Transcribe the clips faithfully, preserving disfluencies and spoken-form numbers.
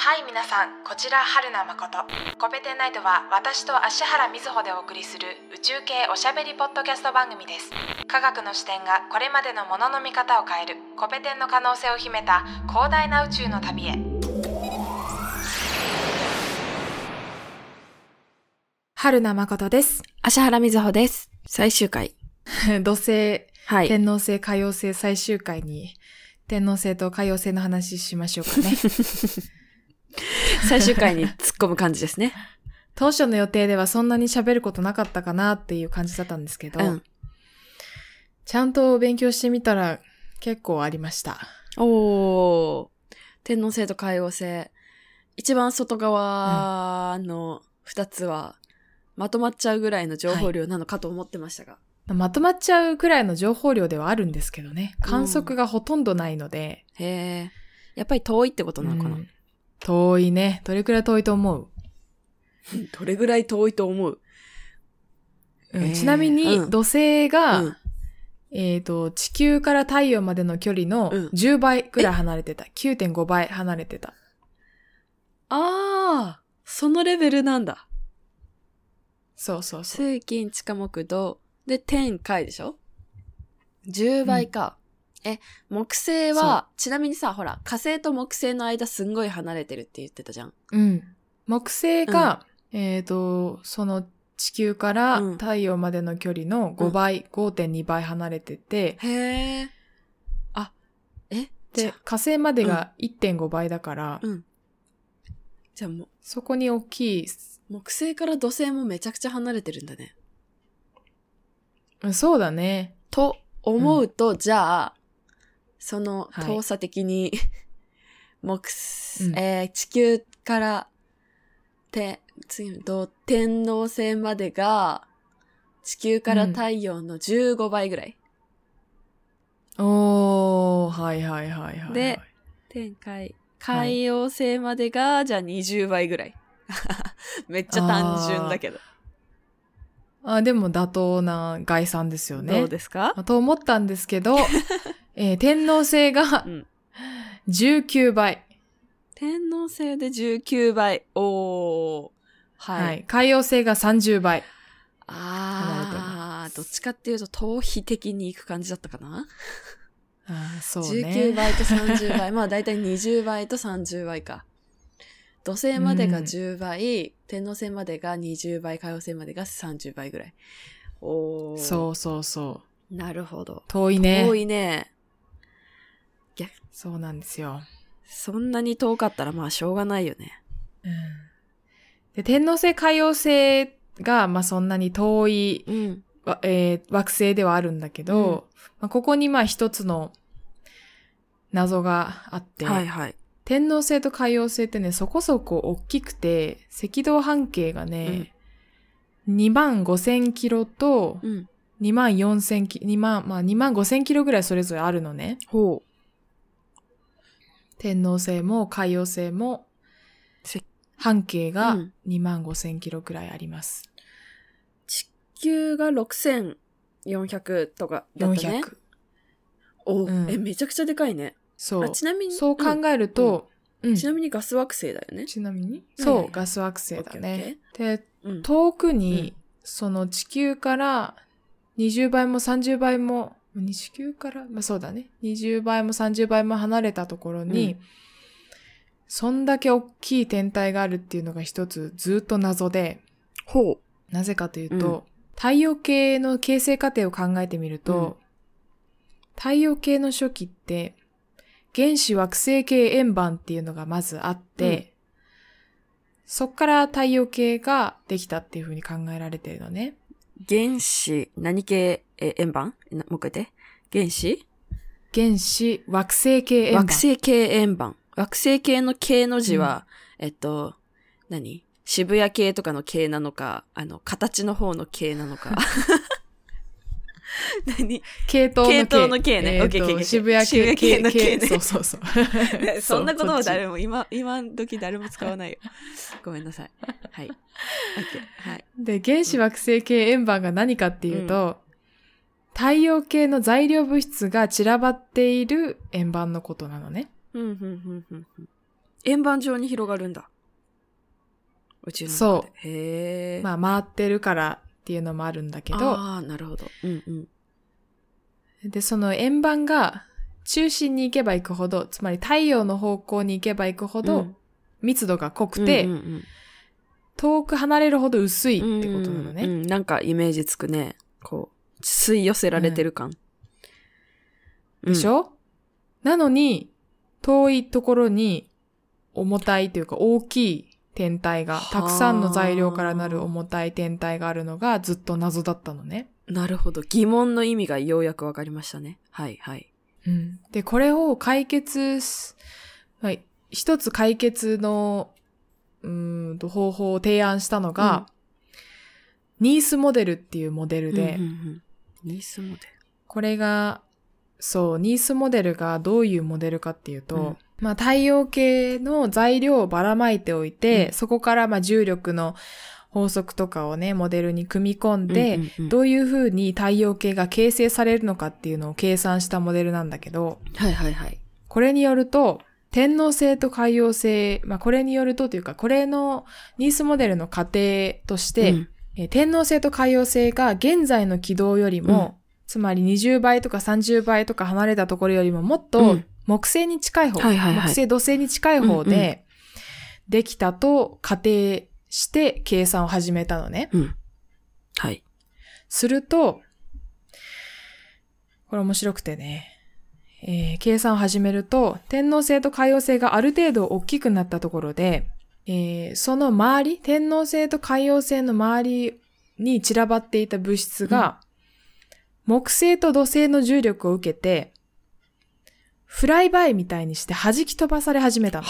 はい皆さん、こちら春名誠。コペテンナイトは私と芦原瑞穂でお送りする宇宙系おしゃべりポッドキャスト番組です。科学の視点がこれまでのものの見方を変えるコペテンの可能性を秘めた広大な宇宙の旅へ。春名誠です。 芦原瑞穂です。最終回土星、 はい、 天王星、海王星最終回に天王星と海王星の話しましょうかね。 最終回に突っ込む感じですね。 当初の予定ではそんなに喋ることなかったかなっていう感じだったんですけど、うん、ちゃんと勉強してみたら結構ありました。 おー、天王星と海王星、一番外側の二つはまとまっちゃうぐらいの情報量なのかと思ってましたが、はい、 まとまっちゃうくらいの情報量ではあるんですけどね、観測がほとんどないので、 うん、へー、やっぱり遠いってことなのかな、うん、 遠いね。どれくらい遠いと思う？ どれぐらい遠いと思う？ うん、ちなみに土星が、うん、えっと、地球から太陽までの距離のじゅうばいくらい離れてた。きゅうてんごばい離れてた。 あー、そのレベルなんだ。 そうそうそう。 水金地火木土で天海でしょ？ じゅう 倍か。うん、え、木星は、ちなみにさ、ほら、火星と木星の間すんごい離れてるって言ってたじゃん。 うん。木星が、うん、えっと、その地球から太陽までの距離のごばい、うん、ごてんにばい離れてて。 へー。あ、えで、火星までが いってんごばいだから、 うん。じゃあもう、 そこに大きい。 木星から土星もめちゃくちゃ離れてるんだね。 そうだね。 と思うと、うん、じゃあ、その遠さ的に、はい、木、うん、えー、地球からて次の天王星までが地球から太陽のじゅうごばいぐらい。 うん、おー、はいはいはいはい。 で、天海、海王星までが、はい、じゃあにじゅうばいぐらい。めっちゃ単純だけど。 あ、でも妥当な概算ですよね。 どうですか？ と思ったんですけど、えー、天王星がじゅうきゅうばい。 天王星でじゅうきゅうばい。おー。はい。はい、 海王星がさんじゅうばい。 あー、どっちかっていうと逃避的に行く感じだったかな？ あ、そうね。 じゅうきゅうばいとさんじゅうばい。まあだいたいにじゅうばいとさんじゅうばいか。土星までがじゅうばい、うん、天王星までがにじゅうばい、海王星までがさんじゅうばいぐらい。おー。 そうそうそう。 なるほど。 遠いね。 遠いね。逆。 そうなんですよ。 そんなに遠かったらまあしょうがないよね。 うん。で、天王星、海王星がまあそんなに遠い、うんえー、惑星ではあるんだけど、うんまあ、ここにまあ一つの謎があって、 はいはい。 天王星と海王星ってね、そこそこ大きくて、赤道半径がね、うん、にまんごせんキロと、にまんよんせんキロ、にまん、まあにまんごせんキロぐらいそれぞれあるのね。 ほう。 天王星も海王星も、半径がにまんごせんキロぐらいあります。うん、 地球がろくせんよんひゃくとかだったね。よんひゃく。お、うん、え、めちゃくちゃでかいね。 そう。 あ、ちなみに。 そう考えると、 うんうん、ちなみにガス惑星だよね。 ちなみにそう、はい、ガス惑星だね。で、うん、遠くに、うん、その地球からにじゅうばいもさんじゅうばいも、地球から、まあそうだね。にじゅうばいもさんじゅうばいも離れたところに、うん、そんだけ大きい天体があるっていうのが一つずっと謎で、 ほう。 なぜかというと、うん、太陽系の形成過程を考えてみると、うん、太陽系の初期って、原始惑星系円盤っていうのがまずあって、うん、そっから太陽系ができたっていう風に考えられてるのね。 原子、何系え円盤？もう一回言って。原子？ 原始惑星系円盤。 惑星系円盤。惑星系の系の字は、うん、えっと、何？渋谷系とかの系なのか、あの、形の方の系なのか。何系統の系。 系統の系ね。 えー、 OK、OK、OK。 渋谷系。 渋谷系の系ね。 そうそうそう。 そんなことは誰も、今、今時誰も使わないよ。ごめんなさい。はい。OK。はい。 で、原子惑星系円盤が何かっていうと、うん、太陽系の材料物質が散らばっている円盤のことなのね。 うん、うん、うん、うん。 円盤状に広がるんだ。宇宙の中で。 そう。 へー。 まあ回ってるからっていうのもあるんだけど。 ああ、なるほど。うんうん。で、その円盤が中心に行けば行くほど、つまり太陽の方向に行けば行くほど、密度が濃くて、 うんうんうん、 遠く離れるほど薄いってことなのね。 うんうん、なんかイメージつくね。こう、吸い寄せられてる感。 うん、でしょ、うん、なのに、遠いところに重たいというか大きい天体が、たくさんの材料からなる重たい天体があるのがずっと謎だったのね。 なるほど。疑問の意味がようやくわかりましたね。はいはい。 うん、で、これを解決す、はい、一つ解決のうーんと方法を提案したのが、うん、ニースモデルっていうモデルで、 うんうんうん、ニースモデル。 これが、そう、ニースモデルがどういうモデルかっていうと、うん、まあ太陽系の材料をばらまいておいて、うん、そこからまあ重力の法則とかをね、モデルに組み込んで、うんうんうん、どういうふうに太陽系が形成されるのかっていうのを計算したモデルなんだけど、 はいはいはい。 これによると、天王星と海王星、まあこれによるとというか、これのニースモデルの過程として、うんえー、天王星と海王星が現在の軌道よりも、うん、つまりにじゅうばいとかさんじゅうばいとか離れたところよりももっと木星に近い方、うんはいはいはい、木星土星に近い方でできたと仮定して計算を始めたのね。 うん、はい。 すると、これ面白くてね、えー、計算を始めると、天王星と海王星がある程度大きくなったところで、えー、その周り、天王星と海王星の周りに散らばっていた物質が、うん、木星と土星の重力を受けて、フライバイみたいにして弾き飛ばされ始めたの。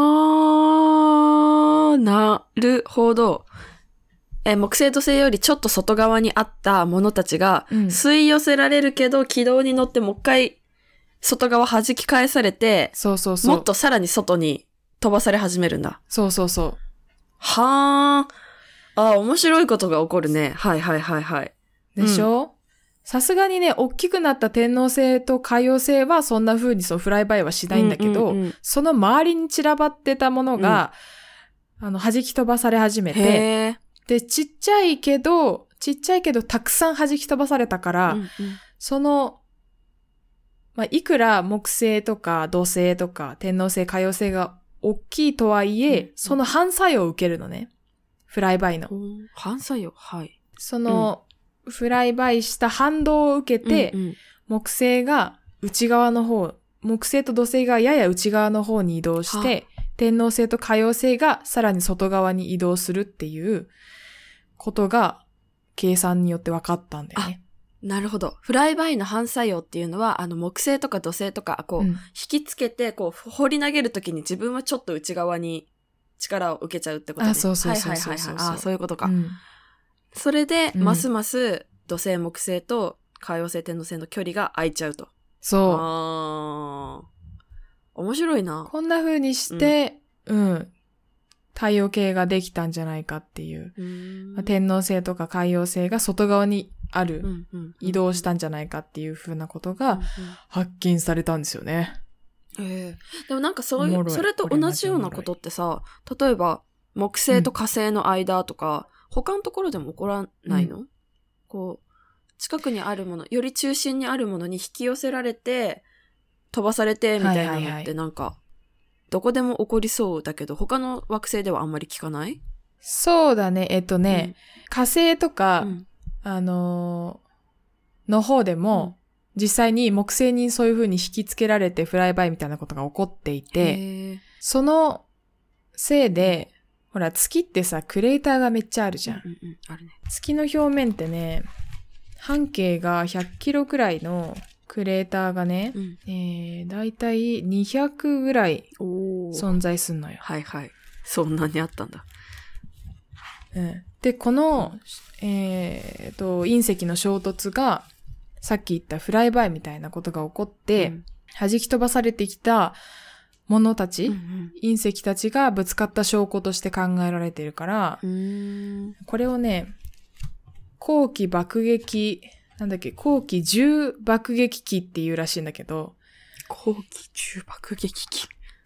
はー、なるほど。え、木星土星よりちょっと外側にあったものたちが、うん、吸い寄せられるけど軌道に乗ってもう一回外側弾き返されて、 そうそうそう。 もっとさらに外に飛ばされ始めるんだ。 そうそうそう。 はー。あ、面白いことが起こるね。はいはいはいはい。 でしょ？さすがにね、大きくなった天王星と海王星はそんな風にそうフライバイはしないんだけど、うんうんうん、その周りに散らばってたものが、うん、あの、弾き飛ばされ始めて、で、ちっちゃいけど、ちっちゃいけどたくさん弾き飛ばされたから、うんうん、その、まあ、いくら木星とか土星とか天王星、海王星が大きいとはいえ、うん、その反作用を受けるのね。フライバイの。 反作用はい。 その、うん、フライバイした反動を受けて、うんうん、木星が内側の方、木星と土星がやや内側の方に移動して、天王星と海王星がさらに外側に移動するっていうことが計算によって分かったんだよね。 なるほど。フライバイの反作用っていうのは、あの、木星とか土星とか、こう、うん、引きつけて、こう、放り投げるときに自分はちょっと内側に力を受けちゃうってことね。 あ、そうそうそうそうそう。はいはいはいはい。あ、そういうことか。 うん、 それで、うん、ますます土星、木星と海王星、天王星の距離が空いちゃうと。 そう。 あー。面白いな。 こんな風にして、うん、うん。太陽系ができたんじゃないかっていう。うまあ、天王星とか海王星が外側にある、うんうんうん、移動したんじゃないかっていう風なことが発見されたんですよね。 うんうん、えー、でもなんかそういう、それと同じようなことってさ、例えば木星と火星の間とか、うん、他のところでも起こらないの？うん、こう、近くにあるもの、より中心にあるものに引き寄せられて、飛ばされてみたいなのってなんか、はいはいはい、どこでも起こりそうだけど、他の惑星ではあんまり聞かない？ そうだね。えっとね、うん、火星とか、うん、あのー、の方でも、うん、実際に木星にそういう風に引きつけられてフライバイみたいなことが起こっていて、そのせいで、ほら月ってさ、クレーターがめっちゃあるじゃん。 うんうんうん、あるね。 月の表面ってね、半径がひゃくキロくらいのクレーターがね、うん、えー、だいたいにひゃくぐらい存在すんのよ。 はいはい。そんなにあったんだ。 うん。で、この、えーと、隕石の衝突が、さっき言ったフライバイみたいなことが起こって、うん、弾き飛ばされてきたものたち、うんうん、隕石たちがぶつかった証拠として考えられているから、 うーんこれをね、後期爆撃、なんだっけ、後期重爆撃機っていうらしいんだけど、 後期重爆撃機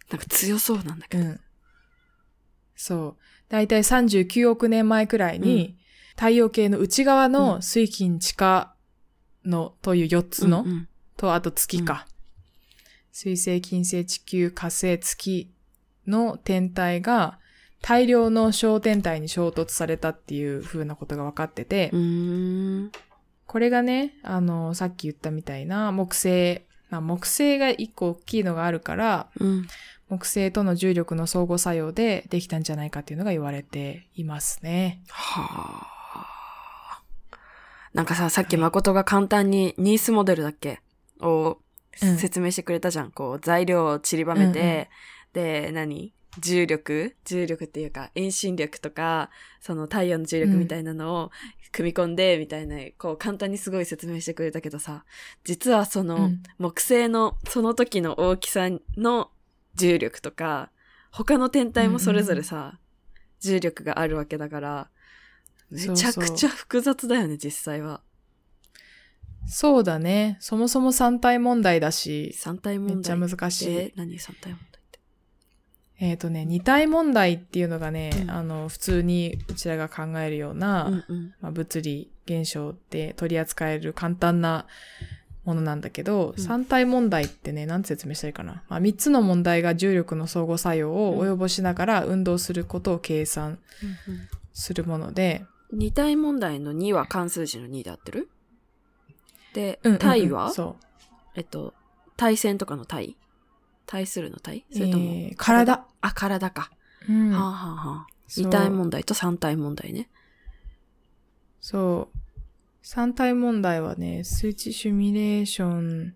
なんか強そうなんだけど。 うん。そう。だいたいさんじゅうきゅうおくねんまえくらいに、うん、太陽系の内側の水金地下のというよっつの、うんうん、とあと月か、うん。水星、金星、地球、火星、月の天体が大量の小天体に衝突されたっていう風なことが分かってて、 うーんこれがね、あの、さっき言ったみたいな木星、まあ、木星が一個大きいのがあるから、 うん、 木星との重力の相互作用でできたんじゃないかっていうのが言われていますね。 はあ。なんかさ、さっき誠が簡単にニースモデルだっけを説明してくれたじゃん。うん、こう材料を散りばめて、うんうん、で、何重力重力っていうか遠心力とか、その太陽の重力みたいなのを組み込んで、みたいな、こう簡単にすごい説明してくれたけどさ、実はその、うん、木星のその時の大きさの重力とか、他の天体もそれぞれさ、うんうん、重力があるわけだから、めちゃくちゃ複雑だよね、そうそう実際は。 そうだね。そもそも三体問題だし、 三体問題めっちゃ難しい。 え、何三体問題って。 えっとね、二体問題っていうのがね、うん、あの、普通にうちらが考えるような、うんうんまあ、物理現象で取り扱える簡単なものなんだけど、うん、三体問題ってね、なんて説明したらいいかな。まあ、三つの問題が重力の相互作用を及ぼしながら運動することを計算するもので、 うんうん、二体問題のには関数字のにで合ってる？で、対は、うんうん、そう。えっと、対戦とかの対対するの対それとも、 えー、体。 あ、体か。 うん。 はあ、はあはあ、二体問題と三体問題ね。 そう。三体問題はね、数値シミュレーション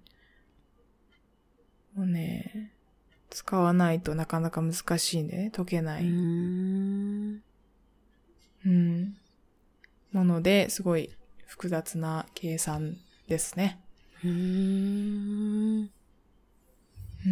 をね、使わないとなかなか難しいんでね、解けない。うーん。うん。なので、すごい複雑な計算ですね。 うーん。 うん、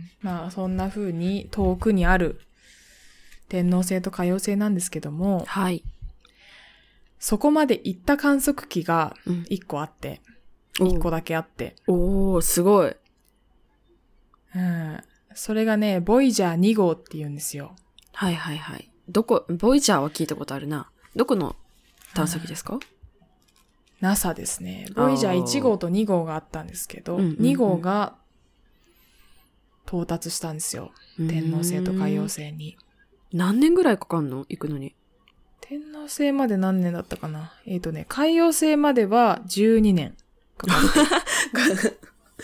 まあそんな風に遠くにある天王星と海王星なんですけども、 はい。 そこまで行った観測機が一個あって、一、うん、個だけあって。 おー、すごい。 うん。それがね、ボイジャーに号って言うんですよ。 はいはいはい。どこ、ボイジャーは聞いたことあるな。どこの探査機ですか？うん、 ナサ ですね。ボイジャーいち号とに号があったんですけど、うんうんうん、に号が到達したんですよ。天王星と海王星に。 何年ぐらいかかんの？行くのに。 天王星まで何年だったかな？えっとね、海王星まではじゅうにねんかかる。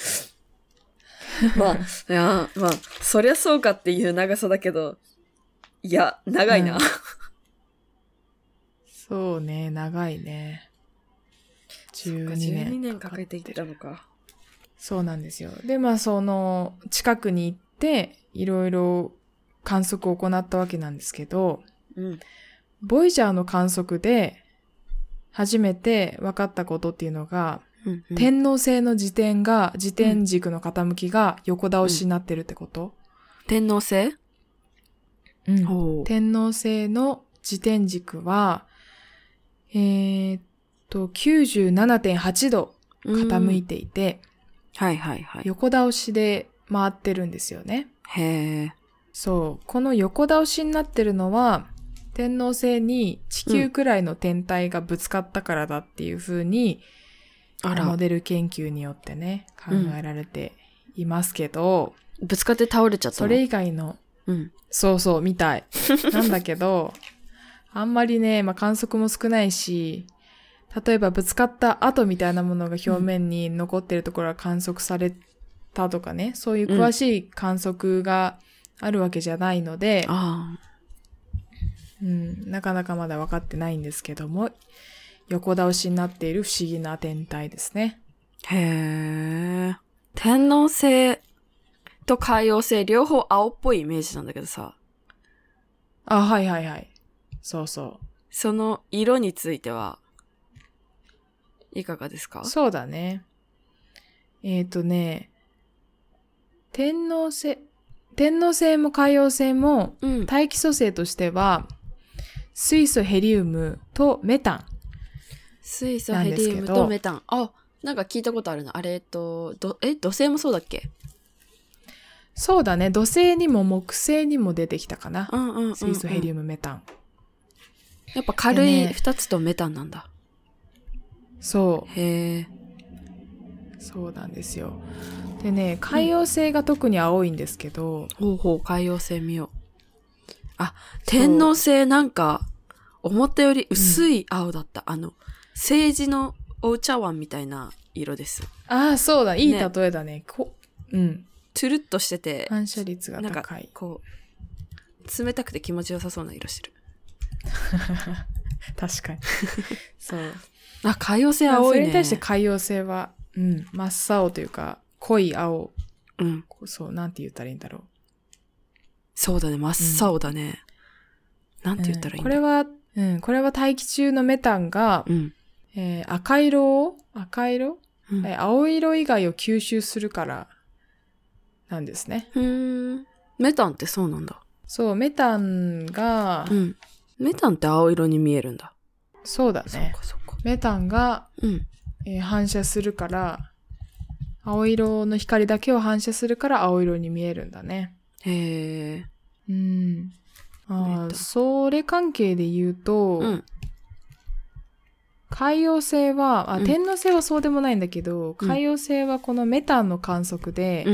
まあ、いや、まあ、そりゃそうかっていう長さだけど、いや、長いな。うん、 そうね、長いね。じゅうにねん。 じゅうにねんかけていったのか。 そうなんですよ。で、まあ、その、近くに行って、いろいろ観測を行ったわけなんですけど、 うん、 ボイジャーの観測で、初めて分かったことっていうのが、 うんうん、 天王星の自転が、自転軸の傾きが横倒しになってるってこと、うん、 天王星？ うん。天王星の自転軸は、えー、っと、きゅうじゅうななてんはちど傾いていて、 はいはいはい。 横倒しで回ってるんですよね。 へー。 そう。この横倒しになってるのは、天王星に地球くらいの天体がぶつかったからだっていう風に、うん、モデル研究によってね、考えられていますけど、 うん、ぶつかって倒れちゃったの？ それ以外の、 うん、 そうそう、みたい。なんだけど、あんまりね、まあ、観測も少ないし、例えばぶつかった跡みたいなものが表面に残ってるところが観測されたとかね、うん、そういう詳しい観測があるわけじゃないので、 あうん、なかなかまだ分かってないんですけども、横倒しになっている不思議な天体ですね。 へー。天王星と海王星両方青っぽいイメージなんだけどさ。 あ、はいはいはい。そうそう。 その色についてはいかがですか？ そうだね。えっとね、天王星、天王星も海王星も大気組成としては、うん、水素、ヘリウムとメタン。 水素、ヘリウムとメタン。あ、なんか聞いたことあるな。あれ、えっと、ど、え、土星もそうだっけ？ そうだね。土星にも木星にも出てきたかな。 うんうんうん、うん。 水素、ヘリウム、メタン。 やっぱ軽い二つとメタンなんだ。 そう。 へえ。 そうなんですよ。でね、海洋星が特に青いんですけど。 うん、ほうほう、海洋星見よう。あ、天王星なんか、思ったより薄い青だった。うん、あの、政治のお茶碗みたいな色です。 ああ、そうだ。いい例えだね。ねこうん。 トゥルッとしてて。 反射率が高い。 なんか、こう、冷たくて気持ちよさそうな色してる。 確かに。そう。 あ、海洋星青いね。 それに対して海洋星は、うん、真っ青というか、濃い青。 うん。 そう、なんて言ったらいいんだろう。 そうだね、真っ青だね。うん、なんて言ったらいいんだ、 うん、これは、うん、これは大気中のメタンが、うん、えー、赤色を、赤色、うんえー、青色以外を吸収するからなんですね。 ふーん。メタンってそうなんだ。 そう、メタンが、 うん。メタンって青色に見えるんだ。 そうだね。 そうかそうか。 メタンが、うんえー、反射するから、青色の光だけを反射するから青色に見えるんだね。 へえ。 うん。ああ、それ関係で言うと、うん、海洋星はあ、天王星はそうでもないんだけど、うん、海洋星はこのメタンの観測で、うん、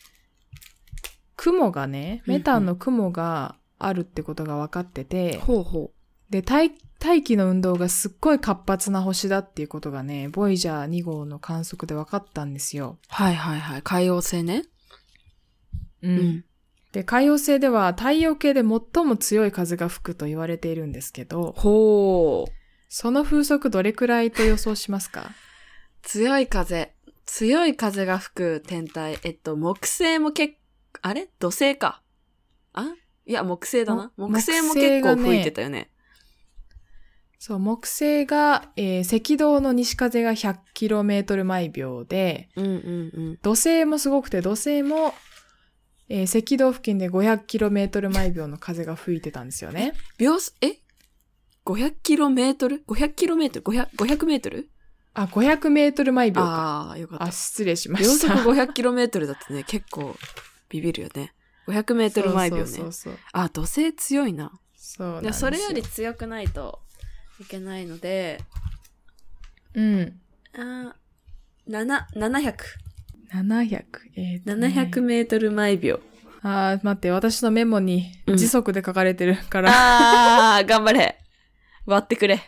雲がね、メタンの雲があるってことが分かってて、 ほうほう。 で、大、大気の運動がすっごい活発な星だっていうことがね、ボイジャーに号の観測で分かったんですよ。 はいはいはい。海洋星ね。 うん。うん、で、海洋星では太陽系で最も強い風が吹くと言われているんですけど、 ほう。 その風速どれくらいと予想しますか？ 強い風。強い風が吹く天体。えっと、木星も結構、あれ土星か。あいや、木星だな。木星も結構吹いてたよね。 そう、木星が、えー、赤道の西風が ひゃくキロメートル 毎秒で、 うんうんうん、 土星もすごくて、土星も、えー、赤道付近で ごひゃくキロメートル 毎秒の風が吹いてたんですよね。 秒数、え ?ごひゃくキロメートル ?ごひゃくキロメートル ?ごひゃく、ごひゃくメートルあ、ごひゃくメートル 毎秒か。 ああ、よかった。 あ、失礼しました。 秒速 ごひゃくキロメートル だってね、結構ビビるよね。ごひゃくメートル 毎秒ね。そうそうそうそう。あ、土星強いな。 そうなんですよ。 それより強くないといけないので、 うん。 あ、なな、ななひゃく。 ななひゃく。えー、 ななひゃくメートル 毎秒。 あー、待って、私のメモに時速で書かれてるから。 うん、あー、頑張れ。割ってくれ。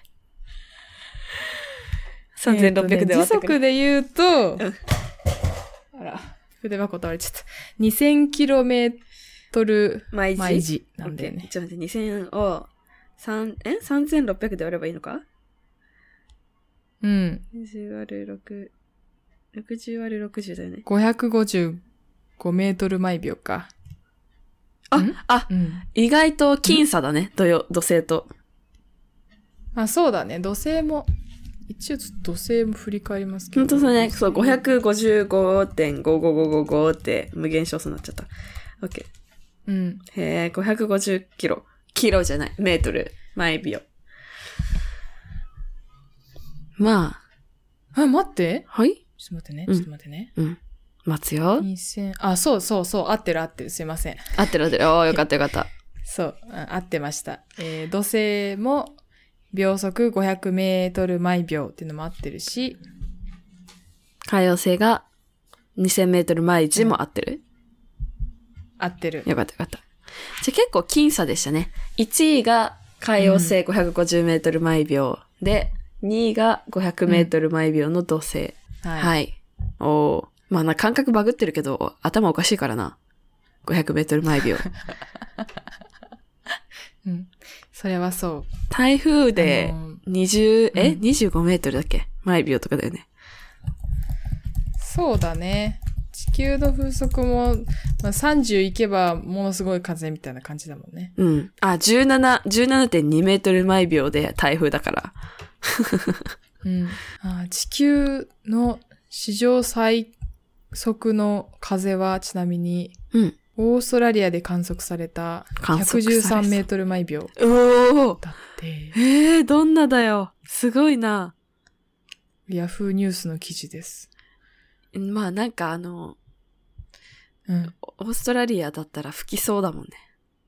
さんぜんろっぴゃくで割ってくれ。 時速で言うと、 うん、 あら、筆箱倒れちゃった。にせんキロメートル 毎時なんだよね。 ちょっと待って、にせんを、3、え ?さんぜんろっぴゃくで割ればいいのか？ うん。 にじゅう割るろく、ろくじゅう割るろくじゅうだよね。 ごひゃくごじゅうごメートル毎秒か。 あ、あ、うん、意外と僅差だね、土曜、土星と。 あ、そうだね。土星も、一応土星も振り返りますけど。 ほんとそうね。そう、ごひゃくごじゅうごてんごごごごご って無限小数になっちゃった。オッケー。うん。 へえ、ごひゃくごじゅうキロ。キロじゃない。メートル。毎秒。まあ。あ、待って。 はい？ ちょっと待ってね。ちょっと待ってね。 うん。うん、待つよ。 にせん、あ、そうそうそう。合ってる合ってる。すいません。 合ってる合ってる。おー、よかったよかった。 そう。合ってました。えー、土星も、秒速ごひゃくメートル毎秒っていうのも合ってるし、 海洋星がにせんメートル毎時も合ってる、うん、 合ってる。 よかったよかった。じゃあ結構僅差でしたね。いちいが海洋星ごひゃくごじゅうメートル毎秒、うん、で、にいがごひゃくメートル毎秒の土星。うん、はい。はい。おー。まあな、感覚バグってるけど、頭おかしいからな。ごひゃくメートル毎秒。 うん。それはそう。 台風でにじゅう、あのー、え、うん、にじゅうごメートルだっけ毎秒とかだよね。 そうだね。地球の風速も、まあ、さんじゅういけばものすごい風みたいな感じだもんね。 うん。あ、じゅうなな、じゅうななてんにメートル毎秒で台風だから。 うん。あ、地球の史上最速の風はちなみに、 うん。 オーストラリアで観測されたひゃくじゅうさんメートル毎秒。 おーだって。 えー、どんなだよ。すごいな。 ヤフーニュースの記事です。 まあなんかあの、 うん。 オーストラリアだったら吹きそうだもんね。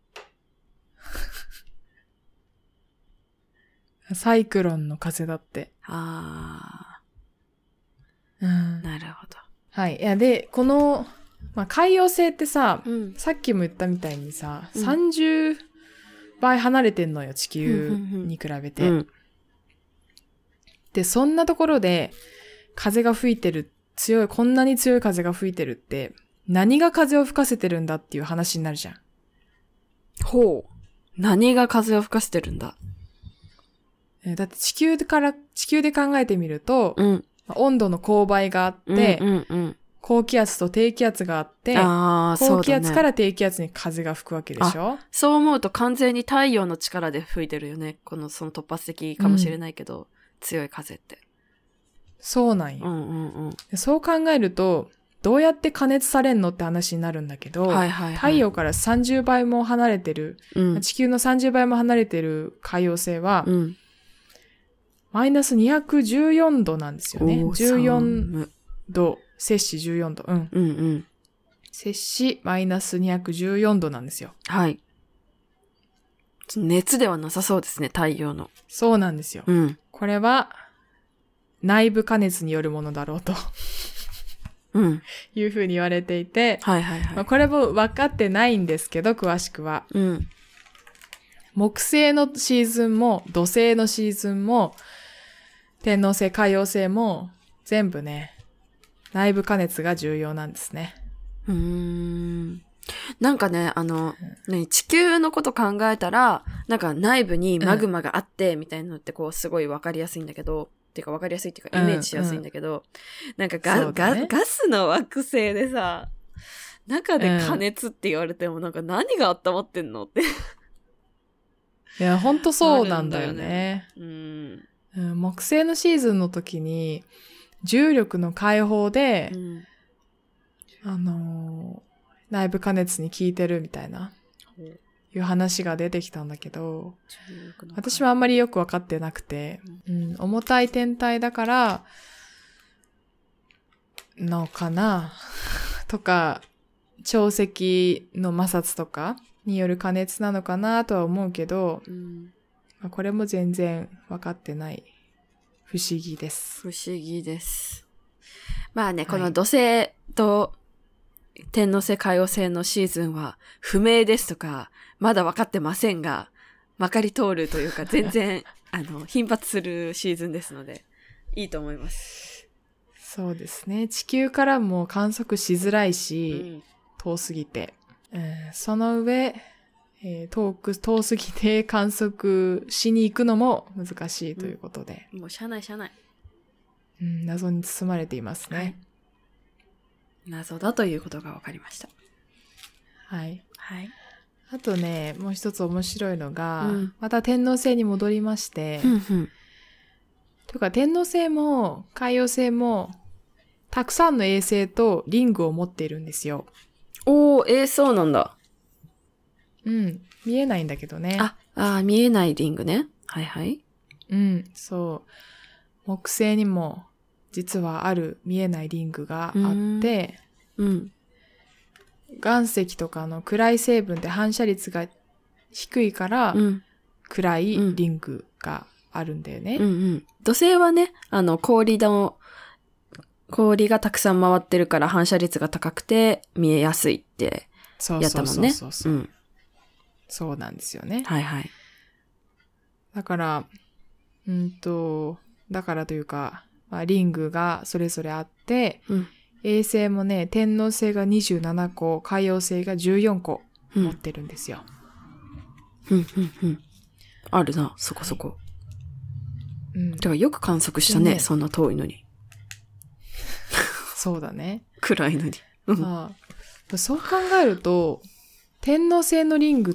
サイクロンの風だって。 ああ。うん。 なるほど。 はい。いや、で、この、まあ、海洋星ってさ、 うん、 さっきも言ったみたいにさ、 うん、 さんじゅうばい離れてんのよ、地球に比べて。 うん。 で、そんなところで、風が吹いてる、強い、こんなに強い風が吹いてるって、何が風を吹かせてるんだっていう話になるじゃん。 ほう。何が風を吹かせてるんだ。 だって地球から、地球で考えてみると、 うん、 温度の勾配があって、 うんうんうん、 高気圧と低気圧があって、 あ、 高気圧から低気圧に風が吹くわけでしょ。 そう思うと完全に太陽の力で吹いてるよね。この、その突発的かもしれないけど、うん、強い風って。 そうなんよ、 うんうんうん。 そう考えると、どうやって加熱されんのって話になるんだけど、 はいはいはい、 太陽からさんじゅうばいも離れてる、うん、地球のさんじゅうばいも離れてる海洋星は、うん、マイナスにひゃくじゅうよんどなんですよね。じゅうよんど、摂氏じゅうよんど。うん。 うんうん。 摂氏マイナスにひゃくじゅうよんどなんですよ。 はい。熱ではなさそうですね、太陽の。 そうなんですよ。 うん。 これは、内部加熱によるものだろうと。 うん。 いうふうに言われていて。 はいはいはい。 まあ、これも分かってないんですけど、詳しくは。 うん。 木星のシーズンも、土星のシーズンも、天王星、海王星も、全部ね、内部加熱が重要なんですね。 うーん。なんかね、あの、ね、地球のこと考えたら、なんか内部にマグマがあって、みたいなのってこう、すごいわかりやすいんだけど、っていうかわかりやすいっていうか、イメージしやすいんだけど、うんうん、なんか ガ,、ね、ガ, ガスの惑星でさ、中で加熱って言われても、なんか何が温まってんのって。 いや、ほんとそうなんだよね。 うん、 うん、木星のシーズンの時に、重力の解放で、うん、あのー、内部加熱に効いてるみたいな、いう話が出てきたんだけど、私はあんまりよくわかってなくて、うん、重たい天体だから、のかなとか、潮汐の摩擦とかによる加熱なのかなとは思うけど、うんまあ、これも全然わかってない。不思議です。 不思議です。まあね、はい、この土星と天王星海王星のシーズンは不明ですとか、まだ分かってませんが、まかり通るというか全然、あの、頻発するシーズンですので、いいと思います。 そうですね。地球からも観測しづらいし、うん、遠すぎて。うん、その上、えー、遠く、遠すぎて観測しに行くのも難しいということで。 うん、もう車内車内。 うん、謎に包まれていますね。はい、 謎だということが分かりました。 はい。 はい。 あとね、もう一つ面白いのが、うん、また天王星に戻りまして、 うんうん、 というか天王星も海王星もたくさんの衛星とリングを持っているんですよ。 おー、えー、そうなんだ。 うん、見えないんだけどね。 あ、あ見えないリングね。はいはい。 うん、そう。木星にも実はある見えないリングがあって、 うん。 岩石とかの暗い成分で反射率が低いから、うん、暗いリングがあるんだよね。 うんうん。土星はね、あの氷の、氷がたくさん回ってるから反射率が高くて見えやすいってやったもんね。 そうそうそうそう、うん。そうなんですよね。 はいはい。 だから、うんと、だからというか、まあ、リングがそれぞれあって、うん、衛星もね、天王星がにじゅうななこ、海王星がじゅうよんこ持ってるんですよ。 うん、うん、うん、うん。あるな、そこそこ。はい、うん。だからよく観測したね、ねそんな遠いのに。 そうだね。 暗いのに。 ああ、そう考えると、天王星のリングって、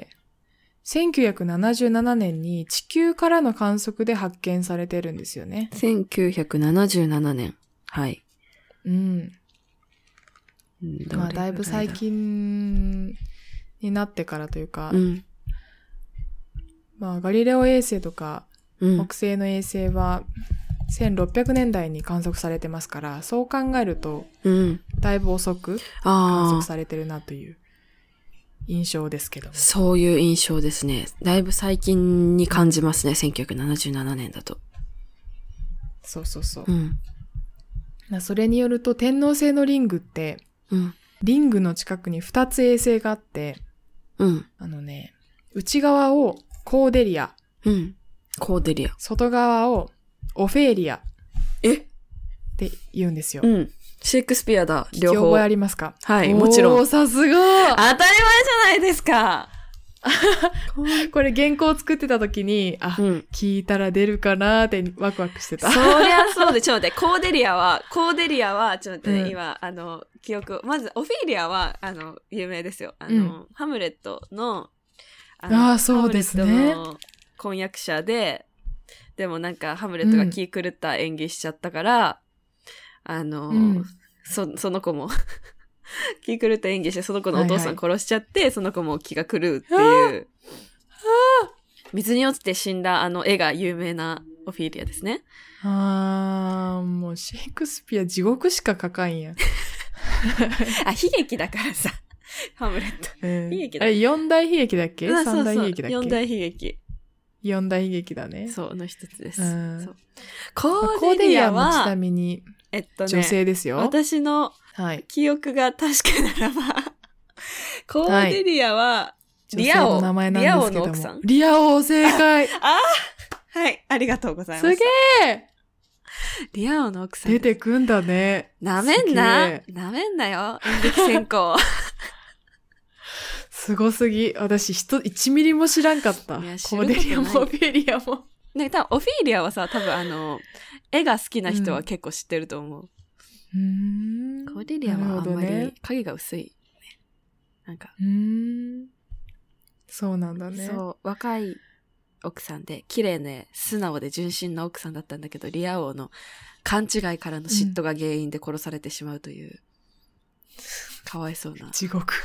せんきゅうひゃくななじゅうななねんに地球からの観測で発見されてるんですよね。 せんきゅうひゃくななじゅうななねん。はい。 うん。まあ、だいぶ最近になってからというか、うん、まあ、ガリレオ衛星とか、うん、木星の衛星は、 せんろっぴゃくねんだいに観測されてますから、そう考えると、 うん、 だいぶ遅く観測されてるなという印象ですけども。 そういう印象ですね。だいぶ最近に感じますね。せんきゅうひゃくななじゅうななねんだと。 そうそうそう。 うん、 それによると天王星のリングって、 うん、 リングの近くにふたつ衛星があって、 うん、 あのね、内側をコーデリア、 うん、コーデリア。 外側をオフェーリアえって言うんですよ。 うん。シェイクスピアだ。両方。 聞き覚えありますか？ はい、もちろん。 おー、さすが。 当たり前じゃないですか。 これ原稿作ってた時に、あ、うん、聞いたら出るかなーってワクワクしてた。 そりゃそうで、ちょっと待って、コーデリアは、コーデリアは、ちょっと待って、ね、うん、今、あの、記憶、まず、オフィーリアは、あの、有名ですよ。あの、うん、ハムレットの、 あの、あ、そうですね。ハムレットの婚約者で、でもなんか、ハムレットが気狂った演技しちゃったから、うん、あの、うん、そ、その子も、気狂った演技して、その子のお父さん殺しちゃって、はいはい、その子も気が狂うっていう、水に落ちて死んだあの絵が有名なオフィーリアですね。 あー、もうシェイクスピア地獄しか書かんやん。 あ、悲劇だからさ、ハムレット。うん、悲劇だ。 あれ、四大悲劇だっけ？三大悲劇だっけ？ 四大悲劇。 四大悲劇だね。 そう、の一つです。 うん、 そうコーデリアは、 コーデリアもちなみに、えっとね、女性ですよ。 私の記憶が確かならば、はい、コーデリアは、リアオ、リアオの奥さん？ リアオ正解。 ああはい、ありがとうございます。 すげえリアオの奥さん。 出てくんだね。 なめんな。なめんなよ。演劇専攻。 すごすぎ。私、人、一ミリも知らんかった。コーデリアもオフィーリアも。 ね、多分オフィーリアはさ、多分あの、絵が好きな人は結構知ってると思う。 うん、 コーデリアはあんまり影が薄い、ね。なんか。 うーんそうなんだね。 そう、若い奥さんで、綺麗ね、素直で純真な奥さんだったんだけど、リア王の勘違いからの嫉妬が原因で殺されてしまうという、うん、かわいそうな。 地獄。か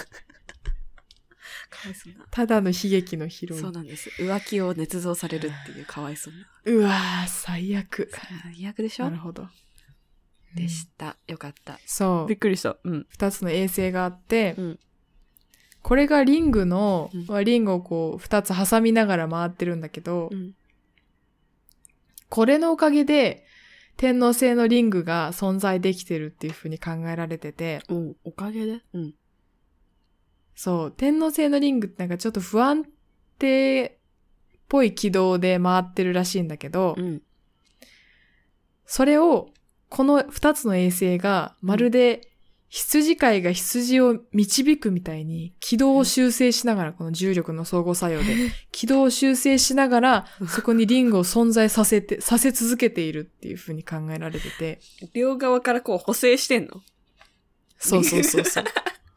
わいそうな。 ただの悲劇のヒロイン。 そうなんです。浮気を捏造されるっていうかわいそうな。 うわー、最悪。 最悪でしょ？ なるほど。 でした。よかった。 そう。 びっくりした。うん。 二つの衛星があって、 うん、 これがリングの、うん、リングをこう二つ挟みながら回ってるんだけど、うん、これのおかげで天王星のリングが存在できてるっていう風に考えられてて、 うん、おかげで、うん、 そう、天王星のリングってなんかちょっと不安定っぽい軌道で回ってるらしいんだけど、うん、それをこの二つの衛星がまるで羊飼いが羊を導くみたいに軌道を修正しながら、この重力の相互作用で軌道を修正しながらそこにリングを存在させて、させ続けているっていう風に考えられてて。 両側からこう補正してんの？ そうそうそうそう。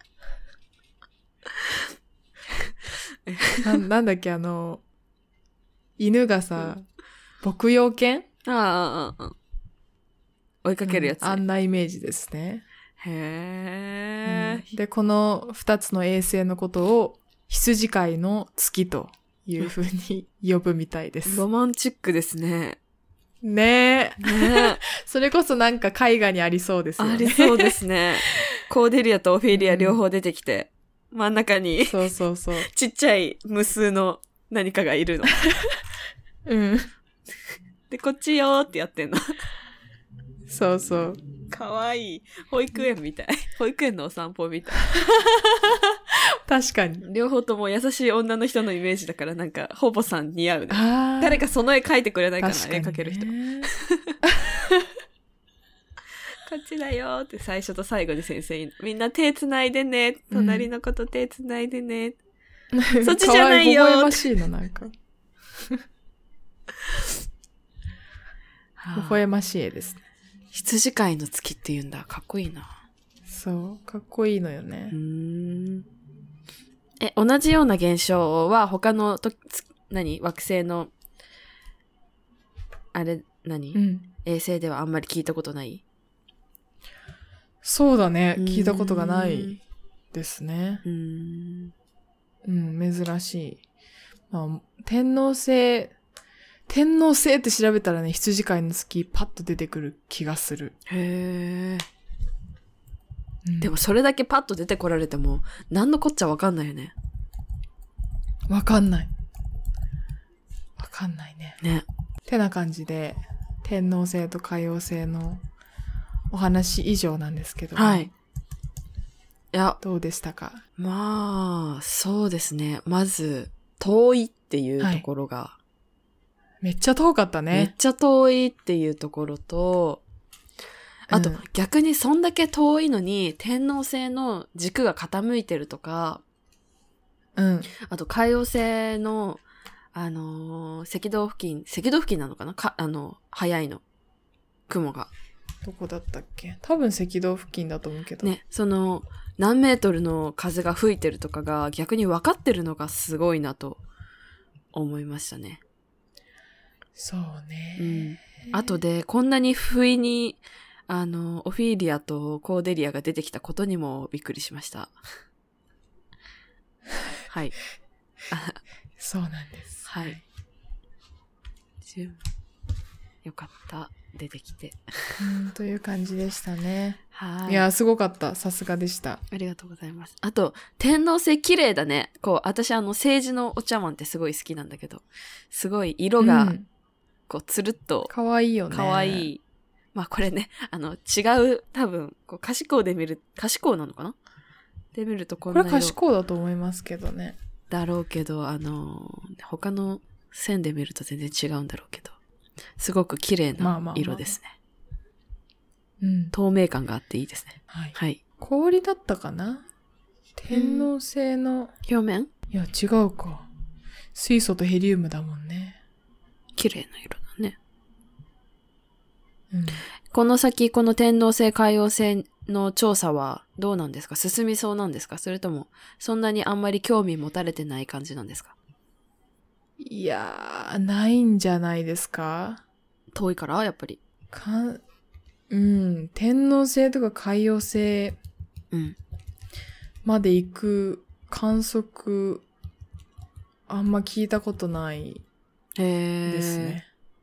な, なんだっけあの、犬がさ、うん、牧羊犬？ ああ、ああ、追いかけるやつ、ね、 うん。あんなイメージですね。 へー、 うん。で、この二つの衛星のことを羊飼いの月という風に呼ぶみたいです。 ロマンチックですね。 ねえ。 ねそれこそなんか絵画にありそうですよね。 ありそうですね。コーデリアとオフィリア両方出てきて、うん、真ん中にそうそうそう。 ちっちゃい無数の何かがいるの。 うん。 で、こっちよーってやってんの。 そうそう。 かわいい。保育園みたい。保育園のお散歩みたい。 確かに。 両方とも優しい女の人のイメージだからなんか、ほぼさん似合うね。誰かその絵描いてくれないかな、絵描ける人。こっちだよって最初と最後に先生に、みんな手つないでね。隣の子と手つないでね。うん、そっちじゃないよ。 かわいい、微笑ましいの、なんか。微笑ましい絵ですね。 羊飼いの月って言うんだ。かっこいいな。 そう。かっこいいのよね。 うーん。え、同じような現象は他のと、何惑星の、あれ、何、うん、衛星ではあんまり聞いたことない？ そうだね。聞いたことがないですね。 うーん。 うん、珍しい。まあ、天王星、 天王星って調べたらね、羊飼いの月パッと出てくる気がする。 へー。 うん、 でもそれだけパッと出てこられても、何のこっちゃわかんないよね。 わかんない。わかんないね。 ね。 てな感じで、天王星と海王星のお話以上なんですけど、 はい。いや、 どうでしたか？ まあ、そうですね。まず、遠いっていうところが、 はい、めっちゃ遠かったね。 めっちゃ遠いっていうところと、あと、うん、逆にそんだけ遠いのに天王星の軸が傾いてるとか、 うん。 あと海王星の、あのー、赤道付近、赤道付近なのかなか、あの、早いの。雲が。 どこだったっけ？多分赤道付近だと思うけど。 ね、その、何メートルの風が吹いてるとかが逆に分かってるのがすごいなと思いましたね。 そうね。 うん。あとで、こんなに不意に、あの、オフィリアとコーデリアが出てきたことにもびっくりしました。はい。 そうなんです。 はい。よかった。出てきて。 うん、という感じでしたね。 はい。 いや、すごかった。さすがでした。 ありがとうございます。あと、天王星綺麗だね。こう、私あの、政治のお茶碗ってすごい好きなんだけど、すごい色が、うん、こう、つるっと。 かわいいよね。 かわいい。まあこれね、あの、違う、多分、こう、可視光で見る、可視光なのかなで見るとこんな色。 これ可視光だと思いますけどね。 だろうけど、あの、他の線で見ると全然違うんだろうけど、すごく綺麗な色ですね。 まあまあまあ、うん。 透明感があっていいですね。 はい。 はい。 氷だったかな？天王星の。 表面？ いや、違うか。水素とヘリウムだもんね。 綺麗な色だね。 うん、 この先、この天王星、海王星の調査はどうなんですか？進みそうなんですか？それとも、そんなにあんまり興味持たれてない感じなんですか？ いやー、ないんじゃないですか？ 遠いからやっぱり。 かん、うん、天王星とか海王星まで行く観測、あんま聞いたことないですね。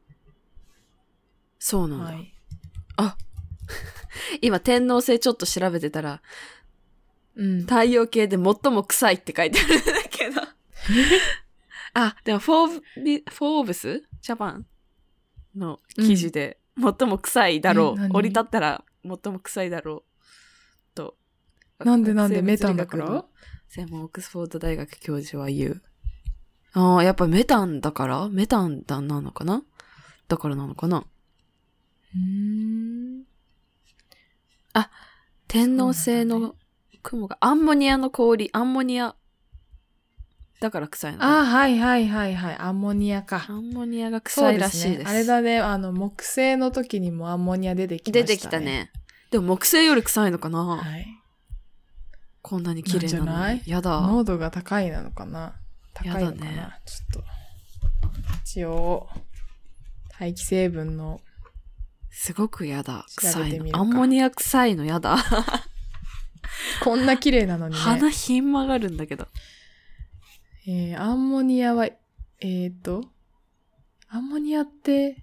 そうなんだ。 はい、 あ今天王星ちょっと調べてたら、 うん、 太陽系で最も臭いって書いてあるんだけど。あ、でもフォービ、フォーブスジャパンの記事で、最も臭いだろう、うん。降り立ったら最も臭いだろう。と。 なんでなんでメタンだから？ 専門オックスフォード大学教授は言う。ああ、やっぱメタンだからメタンだなのかなだからなのかなうーん。 あ、天王星の雲が、アンモニアの氷、アンモニア。だから臭いの、ね。 あ、はいはいはいはい。アンモニアか。 アンモニアが臭いらしいです。 そうですね。あれだね、あの、木星の時にもアンモニア出てきましたね。 出てきたね。でも木星より臭いのかな？ はい。 こんなに綺麗なのに。 なんじゃない？ やだ。 濃度が高いなのかな？高いのかな？ね、ちょっと。一応、大気成分の。 すごくやだ。臭いの。アンモニア臭いのやだ。 こんな綺麗なのにね。 鼻ひん曲がるんだけど。 えー、アンモニアは、えーと、アンモニアって、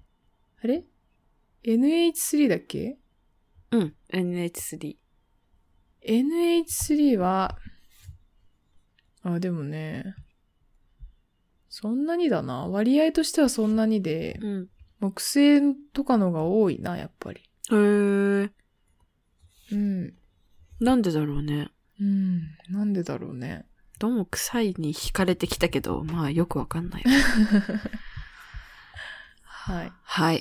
あれ エヌエイチスリー だっけ？ うん、エヌエイチスリー。 エヌエイチスリー は、あ、でもね、そんなにだな。割合としてはそんなにで、 うん、 木星とかのが多いな、やっぱり。 へー。 うん。 なんでだろうね。 うん、なんでだろうね。 どうも臭いに惹かれてきたけど、まあよくわかんない。 はい。 はい。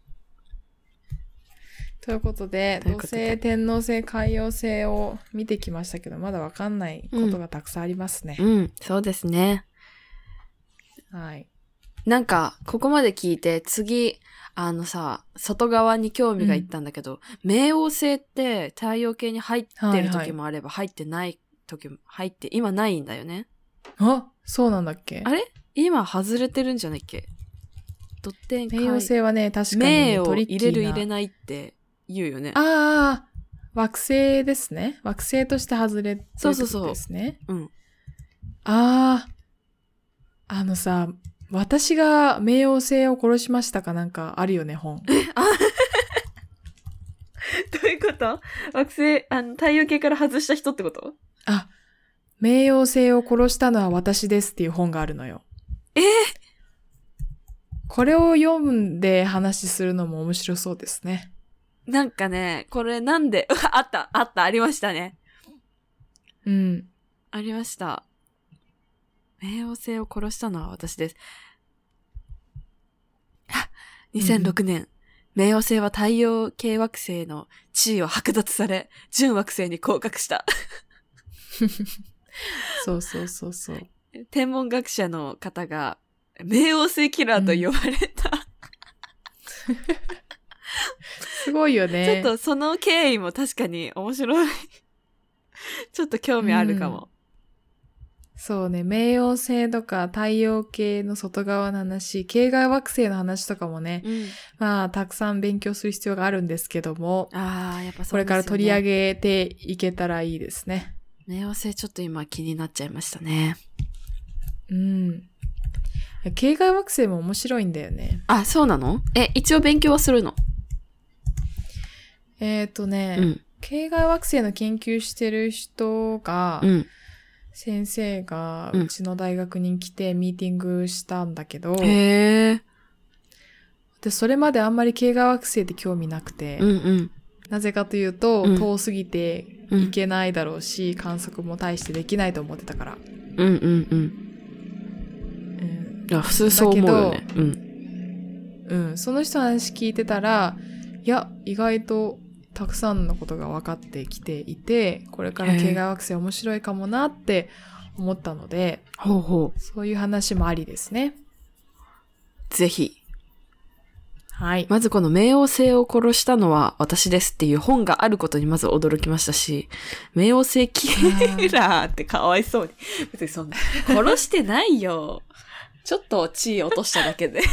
ということで、土星、天王星、海王星を見てきましたけど、まだわかんないことがたくさんありますね。 うん、うん、そうですね。 はい。 なんか、ここまで聞いて、次、あのさ、外側に興味がいったんだけど、うん、冥王星って太陽系に入ってる時もあれば、入ってない時も入って、今ないんだよね。 あ、そうなんだっけ？ あれ今外れてるんじゃないっけ？ドッテン冥王星はね、確かに冥を入れる入れないって言うよね。 ああ、惑星ですね。惑星として外れてるってことですね。 そうそうそう。うん。 ああ、あのさ、 私が冥王星を殺しましたかなんかあるよね、本。 あどういうこと？惑星、あの、太陽系から外した人ってこと？ あ、冥王星を殺したのは私ですっていう本があるのよ。 えー、 これを読んで話するのも面白そうですね。 なんかね、これなんで、あった、あった、ありましたね。 うん。 ありました。冥王星を殺したのは私です。にせんろくねん、うん、冥王星は太陽系惑星の地位を剥奪され、準惑星に降格した。 そうそうそうそう。 天文学者の方が、冥王星キラーと呼ばれた。うん、 すごいよね。 ちょっとその経緯も確かに面白い。ちょっと興味あるかも。うん、 そうね、冥王星とか太陽系の外側の話、系外惑星の話とかもね、うん、まあたくさん勉強する必要があるんですけども、 ああ、やっぱそうですよね。 これから取り上げていけたらいいですね。 冥王星ちょっと今気になっちゃいましたね。 うん。系外惑星も面白いんだよね。 あ、そうなの？え、一応勉強はするの？ えっとね、うん、系外惑星の研究してる人が、うん、先生がうちの大学に来てミーティングしたんだけど、うん、へー。で、それまであんまり系外惑星って興味なくて、うんうん、なぜかというと、うん、遠すぎていけないだろうし、うん、観測も大してできないと思ってたから。うんうんうん。うん、いや、普通そう思うよね。うん。うん。その人の話聞いてたら、いや、意外とたくさんのことが分かってきていて、これから系外惑星面白いかもなって思ったので、ほうほう。そういう話もありですね。 ぜひ。 はい。 まずこの冥王星を殺したのは私ですっていう本があることにまず驚きましたし、冥王星キラーってかわいそうに。別にそんな、殺してないよ。ちょっと地位落としただけで。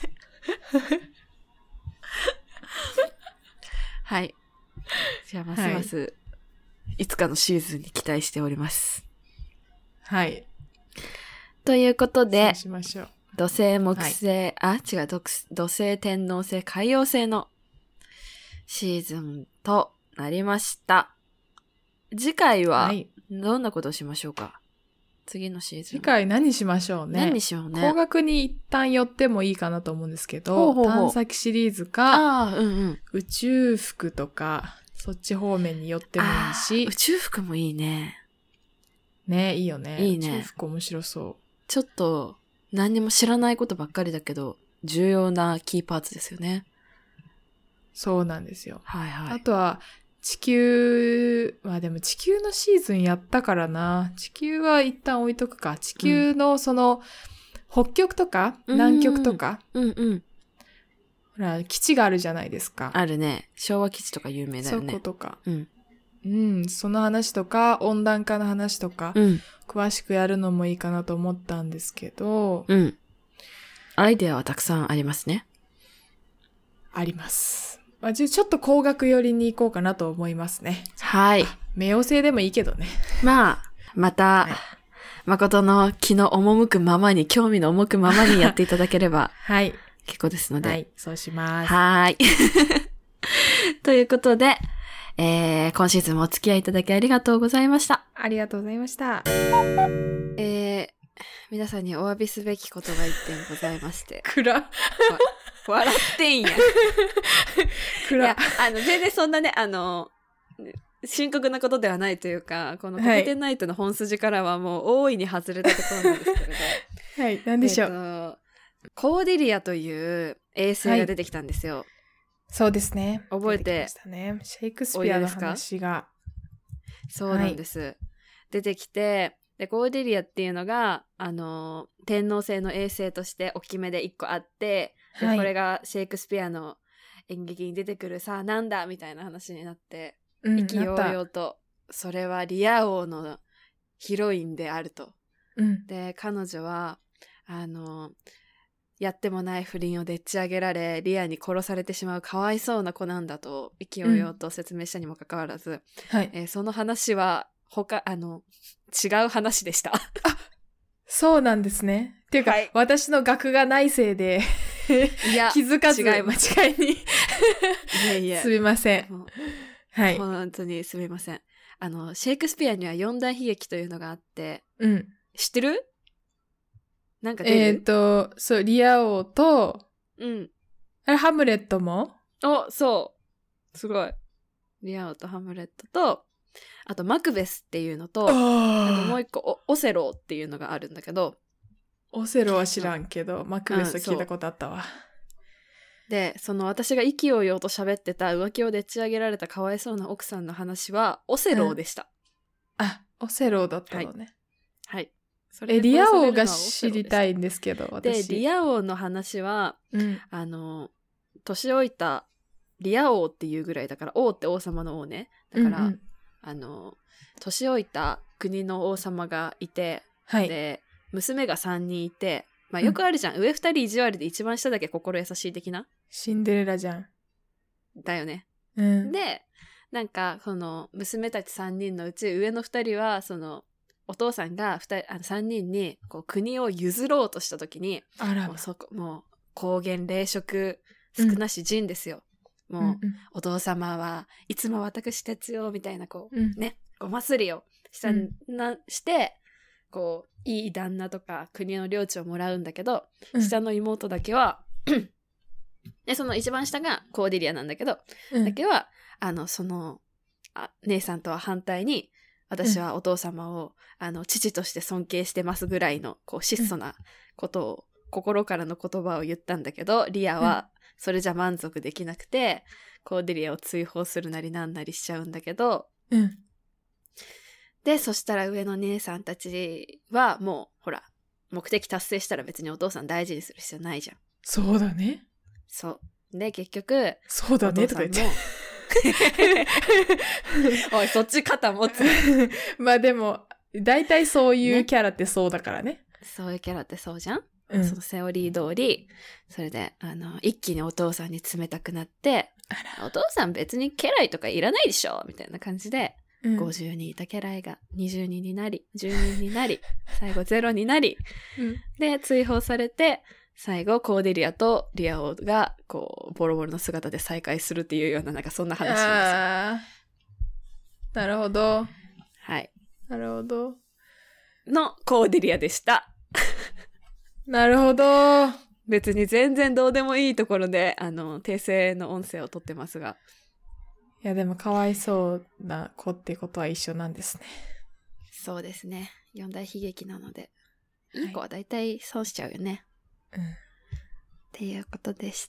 はい。じゃあますます、はい、いつかのシーズンに期待しております。 はい。 ということで、 そうしましょう。 土星、木星、はい、あ、違う、土星、天王星、海王星のシーズンとなりました。次回はどんなことをしましょうか？次のシーズン。 次回何しましょうね。 何しようね。 工学に一旦寄ってもいいかなと思うんですけど、ほうほうほう、探査機シリーズか、あ、うんうん、宇宙服とか、そっち方面に寄ってもいいし。 宇宙服もいいね。 ね、いいよね。 いいね。 宇宙服面白そう。 ちょっと、何にも知らないことばっかりだけど、重要なキーパーツですよね。 そうなんですよ。 はいはい。 あとは、地球、まあでも地球のシーズンやったからな。地球は一旦置いとくか。地球のその、うん、北極とか、南極とか、 うんうん。 ほら、基地があるじゃないですか。 あるね。昭和基地とか有名だよね。 そことか。 うん。 うん、その話とか、温暖化の話とか、うん、詳しくやるのもいいかなと思ったんですけど、 うん。アイデアはたくさんありますね。 あります。まあ、ちょっと工学寄りに行こうかなと思いますね。 はい。 冥王星でもいいけどね。 まあ、また、はい、誠の気の赴くままに、興味の赴くままにやっていただければ、 はい。 結構ですので。 はい、そうします。 はい。ということで、えー、今シーズンもお付き合いいただきありがとうございました。 ありがとうございました。 えー、皆さんにお詫びすべきことが一点ございまして。 暗笑ってんや。 暗いや、あの、全然そんなね、あの、深刻なことではないというか、このコペテンナイトの本筋からはもう大いに外れたところなんですけれど。 はい、何でしょう。 えっと、コーデリアという衛星が出てきたんですよ。はい、 そうですね。 覚えて。 出てきましたね。シェイクスピアの話が。 そうなんです、はい。出てきて、で、コーデリアっていうのが、あの、天王星の衛星として大きめで一個あって、で、はい、これがシェイクスピアの演劇に出てくるさあなんだみたいな話になって、うん、意気揚々と、それはリア王のヒロインであると。うん、で、彼女は、あの、やってもない不倫をでっち上げられ、リアに殺されてしまうかわいそうな子なんだと意気揚々と説明したにもかかわらず、うん、はい、えー、その話は他、あの、違う話でした。あ、 そうなんですね。っていうか、はい、私の学がないせいでいや気づかず間違いにいやいやすみません。はい。 本当にすみません。あのシェイクスピアには四大悲劇というのがあって、 うん、 知ってる？なんか出る？ えっ、ー、とそうリア王と、 うん、 あれハムレットも？ お、そうすごい。リア王とハムレットと、あとマクベスっていうのと、あともう一個オセロっていうのがあるんだけど、 オセロは知らんけど、マクベスは聞いたことあったわ。 で、その私が意気揚々と喋ってた浮気をでっち上げられたかわいそうな奥さんの話はオセロでした。 うん、あ、オセロだったのね。 はい。はい、 それでリア王が知りたいんですけど、私。 で、リア王の話は、 うん、 あの、年老いたリア王っていうぐらいだから、王って王様の王ね。だから、うんうん、あの、年老いた国の王様がいて、 はい、 で、娘がさんにんいて、まあよくあるじゃん、うん、上ふたり意地悪で一番下だけ心優しい的な。 シンデレラじゃん。 だよね。 うん、 で、なんかその娘たちさんにんのうち上のふたりはそのお父さんがふたりあのさんにんにこう国を譲ろうとした時に、 あらもうそこもう公言冷食少なし人ですよ。うん、もう、うんうん、お父様はいつも私たちよみたいなこう、うん、ねごますりをしたな、うん、してこういい旦那とか国の領地をもらうんだけど、うん、下の妹だけはでその一番下がコーディリアなんだけど、うん、だけはあのそのあ姉さんとは反対に私はお父様を、うん、あの父として尊敬してますぐらいのこう質素なことを、うん、心からの言葉を言ったんだけど、リアはそれじゃ満足できなくて、うん、コーディリアを追放するなりなんなりしちゃうんだけど、 うん、 でそしたら上の姉さんたちはもうほら目的達成したら別にお父さん大事にする必要ないじゃん。 そうだね。 そうで結局そうだねとか言っておいそっち肩持つまあでも大体そういうキャラってそうだからね、ねそういうキャラってそうじゃん、 うん、 そのセオリー通りそれであの一気にお父さんに冷たくなって、お父さん別に家来とかいらないでしょみたいな感じで、うん、ごじゅうにんいた家来がにじゅうにんになりじゅうにんになり最後ゼロになり、うん、で追放されて最後コーデリアとリア王がこうボロボロの姿で再会するっていうようななんかそんな話なんですよ。 あーなるほど。 はい。 なるほど。 のコーデリアでした。 なるほど。 別に全然どうでもいいところであの訂正の音声を取ってますが。 いやでもかわいそうな子ってことは一緒なんですね。 そうですね。四大悲劇なので、いい子はだいたい損しちゃうよね。 うん、 っていうことでした。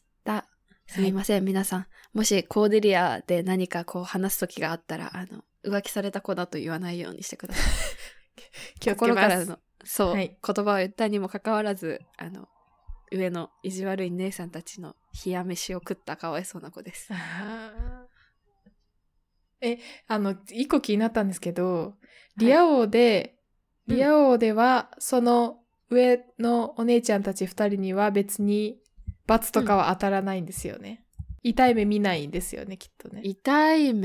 すみません、はい、皆さんもしコーデリアで何かこう話す時があったらあの浮気された子だと言わないようにしてください。 気をつけます。心からのそう、はい、言葉を言ったにもかかわらずあの上の意地悪い姉さんたちの冷や飯を食ったかわいそうな子です。 あえあの一個気になったんですけど、リア王で、はい、リア王では、うん、その上のお姉ちゃんたち二人には別に罰とかは当たらないんですよね、うん、痛い目見ないんですよねきっとね。 痛い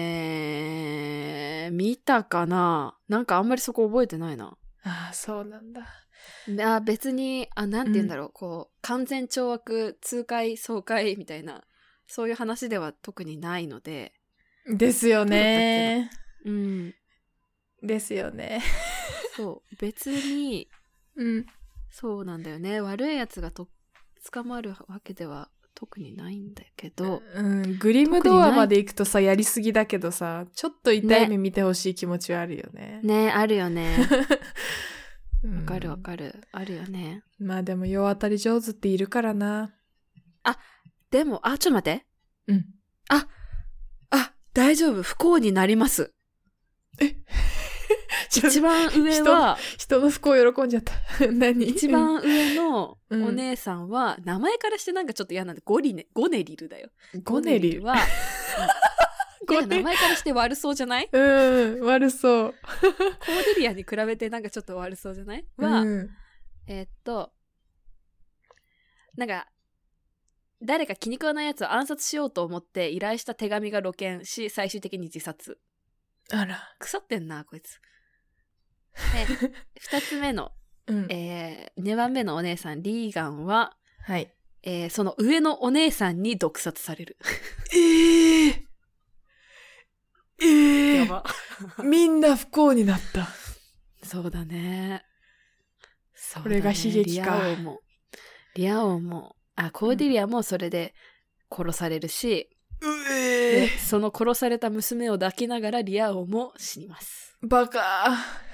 目見たかな、なんかあんまりそこ覚えてないな。 ああそうなんだ。 あ別にあなんて言うんだろう、うん、こう完全懲悪痛快爽快みたいなそういう話では特にないので。 ですよね。 うんですよね。 そう別にうん、 そうなんだよね。悪いやつがと捕まるわけでは特にないんだけど、 うん、グリムドアまで行くとさやりすぎだけどさちょっと痛い目見てほしい気持ちはあるよね。 ねあるよね。わかるわかる、あるよね。 まあでも世当たり上手っているからな。 あでもあちょっと待って、 うんああ大丈夫不幸になります。 え一番上は人, 人の不幸喜んじゃった。何一番上のお姉さんは、うん、名前からしてなんかちょっと嫌なんでゴリネゴネリルだよ。 ゴネリルはゴネ名前からして悪そうじゃない？ うん悪そう。 コーデリアに比べてなんかちょっと悪そうじゃない？は、うん、えー、っとなんか誰か気に食わないやつを暗殺しようと思って依頼した手紙が露見し最終的に自殺。 あら腐ってんなこいつ。でふたつめのうん、 えー、にばんめのお姉さんリーガンは、 はい、 えー、その上のお姉さんに毒殺される。 えー、えー、 やばみんな不幸になった。 そうだね。そうだね、 これが悲劇か。 リア王もリア王もあコーディリアもそれで殺されるし、 うん、えー、 その殺された娘を抱きながらリア王も死にます。 バカ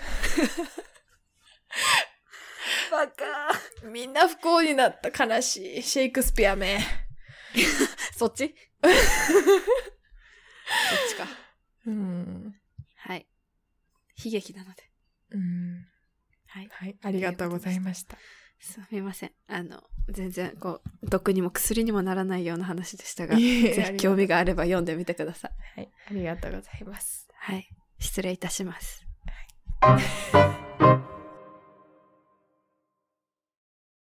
バカみんな不幸になった。悲しい。シェイクスピアめそっちそっちか。 うん、 はい、悲劇なので、 うん、 はい、 はい、ありがとうございました。 すみません、あの全然こう毒にも薬にもならないような話でしたが、ぜひ興味があれば読んでみてください。 はい、ありがとうございます。 はい、失礼いたします。 はい